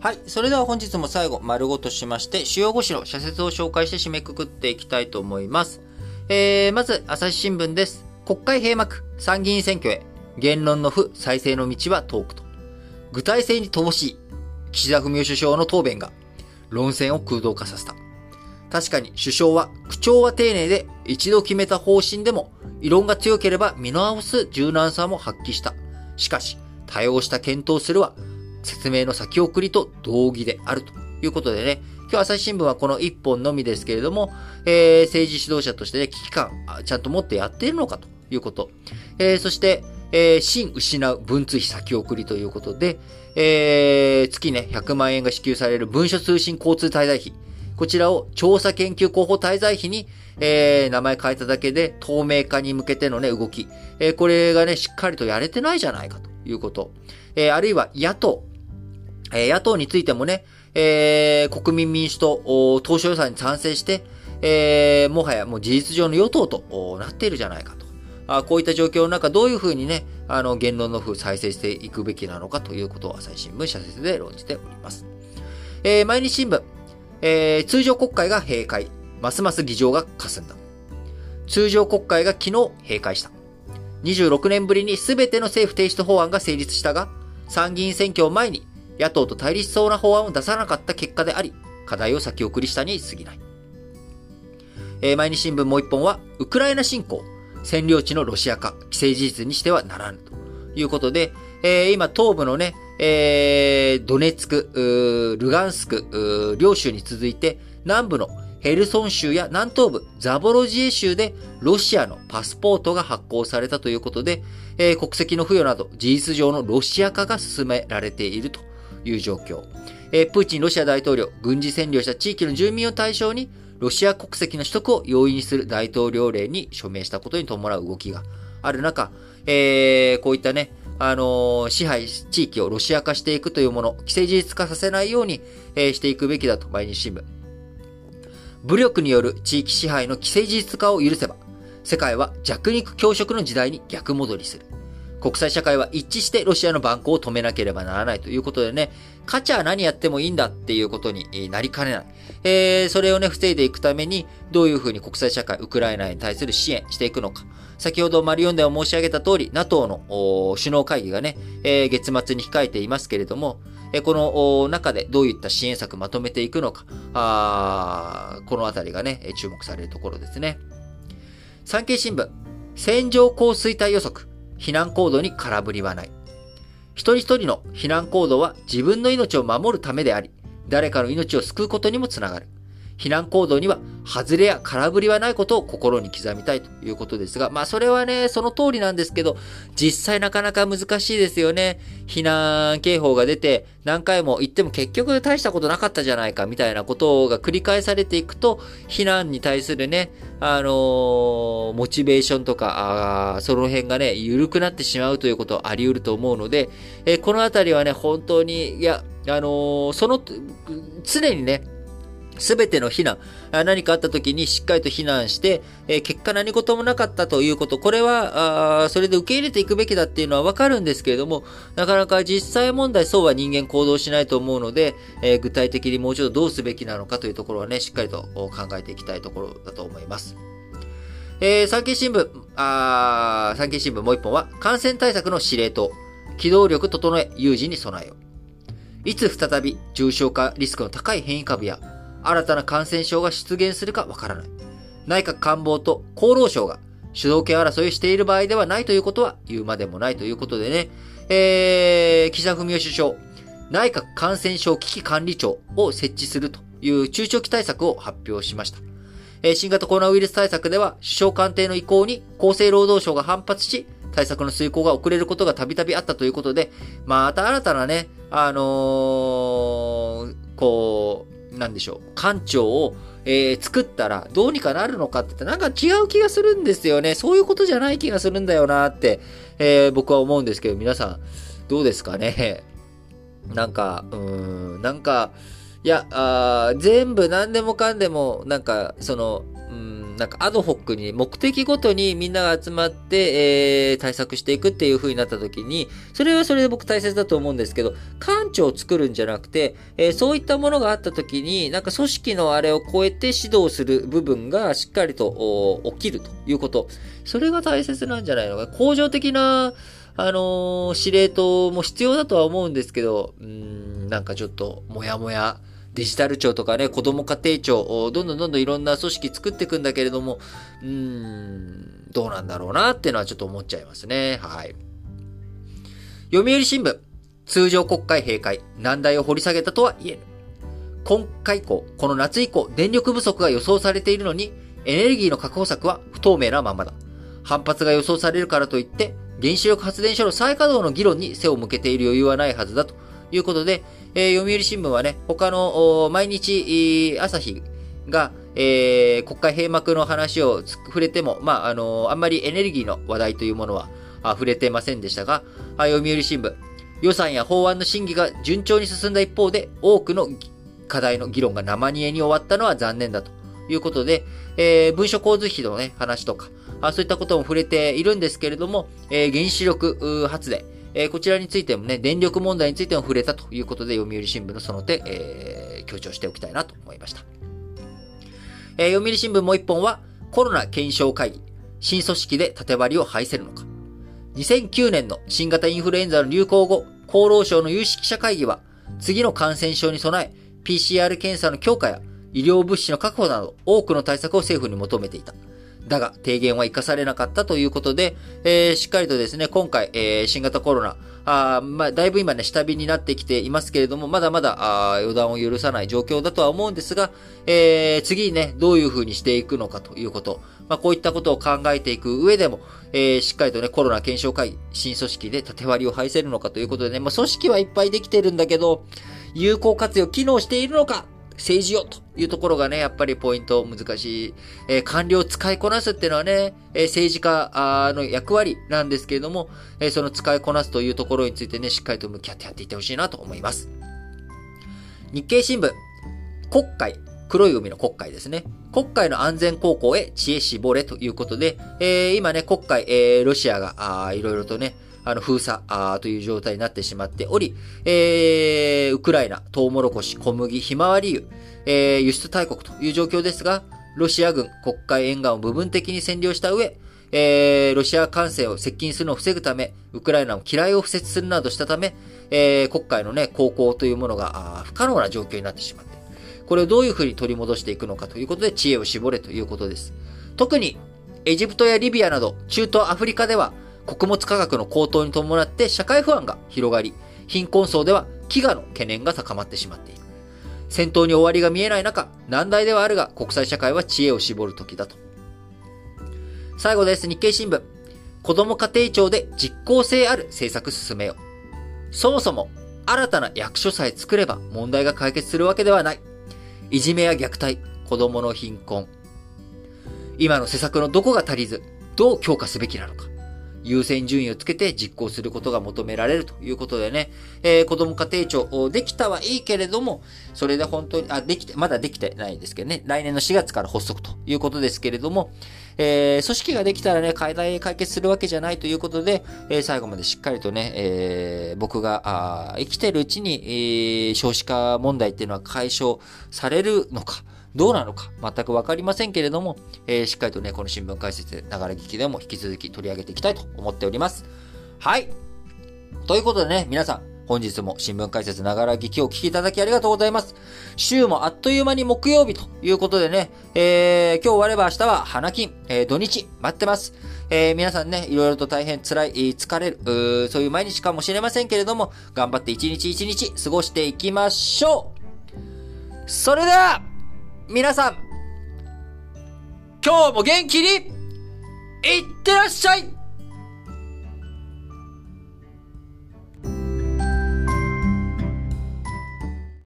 はい。それでは本日も最後、丸ごとしまして、主要5紙の社説を紹介して締めくくっていきたいと思います。まず、朝日新聞です。国会閉幕、参議院選挙へ、言論の負、再生の道は遠くと。具体性に乏しい、岸田文雄首相の答弁が、論戦を空洞化させた。確かに首相は、口調は丁寧で、一度決めた方針でも、異論が強ければ見直す柔軟さも発揮した。しかし、多様した検討するは、説明の先送りと同義であるということでね、今日朝日新聞はこの一本のみですけれども、政治指導者としてね、危機感、ちゃんと持ってやっているのかということ。そして、真失う文通費先送りということで、月ね、100万円が支給される文書通信交通滞在費。こちらを調査研究広報滞在費に、名前変えただけで透明化に向けてのね、動き。これがね、しっかりとやれてないじゃないかということ。あるいは野党。野党についてもね、国民民主党、当初予算に賛成して、もはやもう事実上の与党となっているじゃないかと。こういった状況の中、どういうふうにね、言論の負再生していくべきなのかということを朝日新聞社説で論じております。毎日新聞、通常国会が閉会、ますます議場が霞んだ。通常国会が昨日閉会した。26年ぶりに全ての政府提出法案が成立したが、参議院選挙を前に野党と対立しそうな法案を出さなかった結果であり、課題を先送りしたに過ぎない。毎日新聞もう一本は、ウクライナ侵攻、占領地のロシア化、既成事実にしてはならぬということで、今東部のね、ドネツク、ルガンスク、両州に続いて、南部のヘルソン州や南東部ザボロジエ州でロシアのパスポートが発行されたということで、国籍の付与など事実上のロシア化が進められているという状況。プーチンロシア大統領、軍事占領した地域の住民を対象にロシア国籍の取得を容易にする大統領令に署名したことに伴う動きがある中、こういったね、支配地域をロシア化していくというもの、既成事実化させないように、していくべきだと毎日新聞。武力による地域支配の既成事実化を許せば、世界は弱肉強食の時代に逆戻りする。国際社会は一致してロシアの蛮行を止めなければならないということでね、勝ちは何やってもいいんだっていうことになりかねない。それをね、防いでいくために、どういうふうに国際社会、ウクライナに対する支援していくのか。先ほどマリオンでは申し上げた通り、NATO の首脳会議がね、月末に控えていますけれども、この中でどういった支援策まとめていくのか、このあたりがね、注目されるところですね。産経新聞、線状降水帯予測、避難行動に空振りはない。一人一人の避難行動は自分の命を守るためであり、誰かの命を救うことにもつながる。避難行動には、外れや空振りはないことを心に刻みたいということですが、まあそれはね、その通りなんですけど、実際なかなか難しいですよね。避難警報が出て、何回も言っても結局大したことなかったじゃないか、みたいなことが繰り返されていくと、避難に対するね、モチベーションとか、その辺がね、緩くなってしまうということはあり得ると思うので、このあたりはね、本当に、常にね、すべての避難、何かあった時にしっかりと避難して、結果何事もなかったということ、これは、それで受け入れていくべきだっていうのはわかるんですけれども、なかなか実際問題そうは人間行動しないと思うので、具体的にもうちょっとどうすべきなのかというところはね、しっかりと考えていきたいところだと思います。産経新聞もう一本は、感染対策の司令塔、機動力整え、有事に備えよ。いつ再び重症化リスクの高い変異株や、新たな感染症が出現するかわからない。内閣官房と厚労省が主導権争いをしている場合ではないということは言うまでもないということでね、岸田文雄首相、内閣感染症危機管理庁を設置するという中長期対策を発表しました。新型コロナウイルス対策では首相官邸の意向に厚生労働省が反発し、対策の遂行が遅れることがたびたびあったということで、また新たなね、なんでしょう、官庁を、作ったらどうにかなるのかって言ってなんか違う気がするんですよね。そういうことじゃない気がするんだよなって、僕は思うんですけど、皆さんどうですかね。全部何でもかんでも、 なんかアドホックに目的ごとにみんなが集まって、対策していくっていう風になった時に、それはそれで僕大切だと思うんですけど、官庁を作るんじゃなくて、そういったものがあった時に、なんか組織のあれを超えて指導する部分がしっかりと起きるということ。それが大切なんじゃないのか。恒常的な、司令塔も必要だとは思うんですけど、なんかちょっと、もやもや、デジタル庁とかね、子ども家庭庁、どんどんいろんな組織作っていくんだけれども、どうなんだろうなっていうのはちょっと思っちゃいますね。はい。読売新聞、通常国会閉会、難題を掘り下げたとは言えぬ。今回以降、この夏以降、電力不足が予想されているのに、エネルギーの確保策は不透明なままだ。反発が予想されるからといって、原子力発電所の再稼働の議論に背を向けている余裕はないはずだということで、読売新聞はね、他の毎日朝日が、国会閉幕の話を触れても、あんまりエネルギーの話題というものは触れてませんでしたが、読売新聞、予算や法案の審議が順調に進んだ一方で、多くの課題の議論が生煮えに終わったのは残念だということで、文書交通費のね、話とか、そういったことも触れているんですけれども、原子力発電、こちらについてもね、電力問題についても触れたということで、読売新聞のその点、強調しておきたいなと思いました。読売新聞もう一本は、コロナ検証会議、新組織で縦割りを排せるのか。2009年の新型インフルエンザの流行後、厚労省の有識者会議は、次の感染症に備え、PCR 検査の強化や医療物資の確保など、多くの対策を政府に求めていた。だが、提言は生かされなかったということで、しっかりとですね、今回、新型コロナ、だいぶ今ね、下火になってきていますけれども、まだまだ、予断を許さない状況だとは思うんですが、次にね、どういう風にしていくのかということ、こういったことを考えていく上でも、しっかりとね、コロナ検証会議、新組織で縦割りを排せるのかということでね、組織はいっぱいできてるんだけど、有効活用機能しているのか、政治よというところがね、やっぱりポイント難しい。官僚を使いこなすっていうのはね、政治家の役割なんですけれども、その使いこなすというところについてね、しっかりと向き合ってやっていってほしいなと思います。日経新聞、国会、黒い海の国会ですね。国会の安全航行へ知恵絞れということで、今ね、国会、ロシアがいろいろとね、封鎖という状態になってしまっており、ウクライナ、トウモロコシ、小麦、ひまわり油、輸出大国という状況ですが、ロシア軍、国会沿岸を部分的に占領した上、ロシア艦船を接近するのを防ぐため、ウクライナの機雷を敷設するなどしたため、国会のね、航行というものが不可能な状況になってしまって、これをどういうふうに取り戻していくのかということで知恵を絞れということです。特に、エジプトやリビアなど、中東アフリカでは、穀物価格の高騰に伴って社会不安が広がり、貧困層では飢餓の懸念が高まってしまっている。戦闘に終わりが見えない中、難題ではあるが、国際社会は知恵を絞る時だと。最後です。日経新聞。子ども家庭庁で実効性ある政策進めよう。そもそも、新たな役所さえ作れば問題が解決するわけではない。いじめや虐待、子どもの貧困。今の施策のどこが足りず、どう強化すべきなのか。優先順位をつけて実行することが求められるということでね、子ども家庭庁、できたはいいけれども、それで本当に、まだできてないですけどね、来年の4月から発足ということですけれども、組織ができたらね、課題解決するわけじゃないということで、最後までしっかりとね、僕が生きてるうちに、少子化問題っていうのは解消されるのか、どうなのか全くわかりませんけれども、しっかりとね、この新聞解説、ながら聞きでも引き続き取り上げていきたいと思っております。はい。ということでね、皆さん、本日も新聞解説ながら聞きをお聞きいただきありがとうございます。週もあっという間に木曜日ということでね、今日終われば明日は花金、土日待ってます。皆さんね、いろいろと大変辛い、疲れる、そういう毎日かもしれませんけれども、頑張って一日一日過ごしていきましょう。それでは、皆さん、今日も元気にいってらっしゃい。